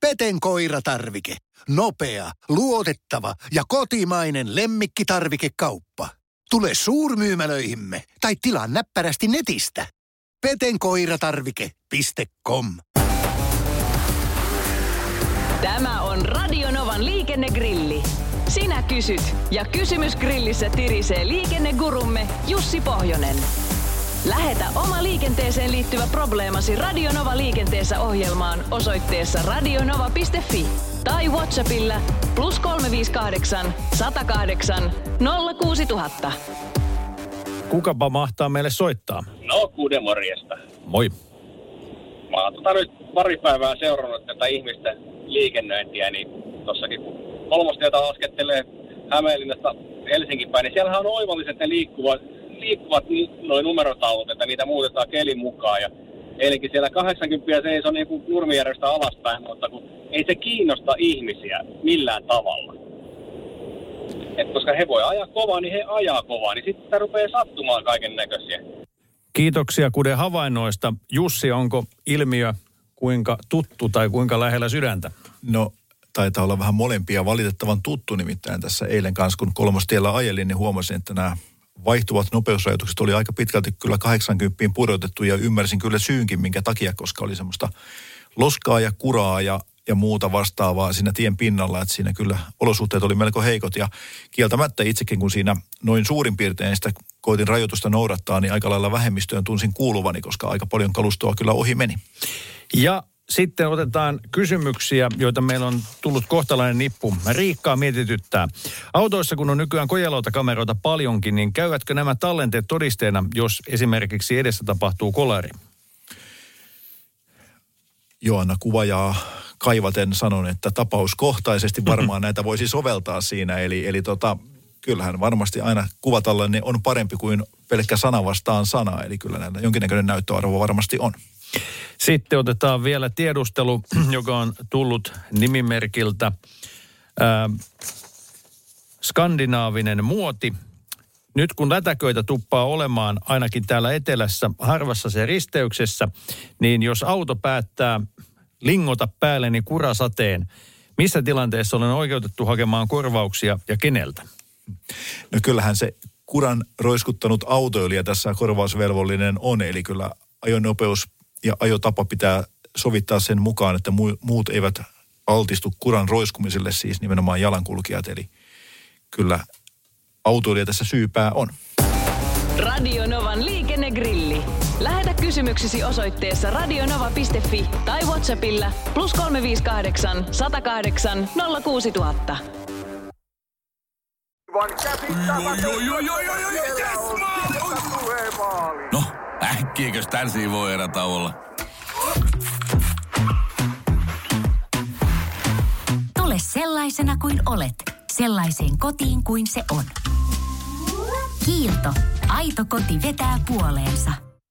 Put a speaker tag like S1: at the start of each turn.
S1: Peten koiratarvike. Nopea, luotettava ja kotimainen lemmikkitarvikekauppa. Tule suurmyymälöihimme tai tilaa näppärästi netistä. petenkoiratarvike.com.
S2: Tämä on Radio Novan liikennegrilli. Sinä kysyt ja kysymys grillissä tirisee liikennegurumme Jussi Pohjonen. Lähetä oma liikenteeseen liittyvä probleemasi Radio Nova liikenteessä -ohjelmaan osoitteessa radionova.fi tai WhatsAppilla +358 108 06000.
S3: Kukapa mahtaa meille soittaa?
S4: No, Kude, morjesta.
S3: Moi.
S4: Mä oon nyt pari päivää seurannut tätä ihmisten liikennöintiä, niin tossakin kun Kolmostietä laskettelee Hämeenlinnasta Helsingin päin, niin siellähän on oivalliset ne liikkuvat noin numerotaulut, että niitä muutetaan kelin mukaan. Ja eilenkin siellä 80 seisoi niin kuin Nurmijärvestä alaspäin, mutta kun ei se kiinnosta ihmisiä millään tavalla. Et koska he voi ajaa kovaa, niin he ajaa kovaa, niin sitten sitä rupeaa sattumaan kaiken näköisiä.
S3: Kiitoksia Kude havainnoista. Jussi, onko ilmiö kuinka tuttu tai kuinka lähellä sydäntä?
S5: No, taitaa olla vähän molempia, valitettavan tuttu nimittäin tässä eilen kanssa, kun Kolmostiellä ajelin, niin huomasin, että nämä vaihtuvat nopeusrajoitukset oli aika pitkälti kyllä 80 pudotettu ja ymmärsin kyllä syynkin, minkä takia, koska oli semmoista loskaa ja kuraa ja muuta vastaavaa siinä tien pinnalla, että siinä kyllä olosuhteet oli melko heikot ja kieltämättä itsekin, kun siinä noin suurin piirtein sitä koitin rajoitusta noudattaa, niin aika lailla vähemmistöön tunsin kuuluvani, koska aika paljon kalustoa kyllä ohi meni.
S3: Ja sitten otetaan kysymyksiä, joita meillä on tullut kohtalainen nippu. Riikkaa mietityttää. Autoissa, kun on nykyään kojelauta-kameroita paljonkin, niin käyvätkö nämä tallenteet todisteena, jos esimerkiksi edessä tapahtuu kolari?
S5: Joanna Kuvajaa kaivaten sanon, että tapauskohtaisesti varmaan näitä voisi soveltaa siinä. Eli kyllähän varmasti aina kuvatallenne on parempi kuin pelkkä sana vastaan sana. Eli kyllä näillä jonkinnäköinen näyttöarvo varmasti on.
S3: Sitten otetaan vielä tiedustelu, joka on tullut nimimerkiltä skandinaavinen muoti. Nyt kun lätäköitä tuppaa olemaan ainakin täällä etelässä harvassa se risteyksessä, niin jos auto päättää lingota päälleni kurasateen, missä tilanteessa olen oikeutettu hakemaan korvauksia ja keneltä?
S5: No kyllähän se kuran roiskuttanut autoilija tässä korvausvelvollinen on, eli kyllä ajonopeus ja ajotapa pitää sovittaa sen mukaan, että muut eivät altistu kuran roiskumiselle, siis nimenomaan jalankulkijat. Eli kyllä autoilija tässä syypää on.
S2: Radio Novan liikennegrilli. Lähetä kysymyksesi osoitteessa radionova.fi tai WhatsAppilla +358 108 06000.
S6: No, äkkiäkös tän voi erata olla?
S7: Tule sellaisena kuin olet, sellaiseen kotiin kuin se on. Kiilto. Aito koti vetää puoleensa.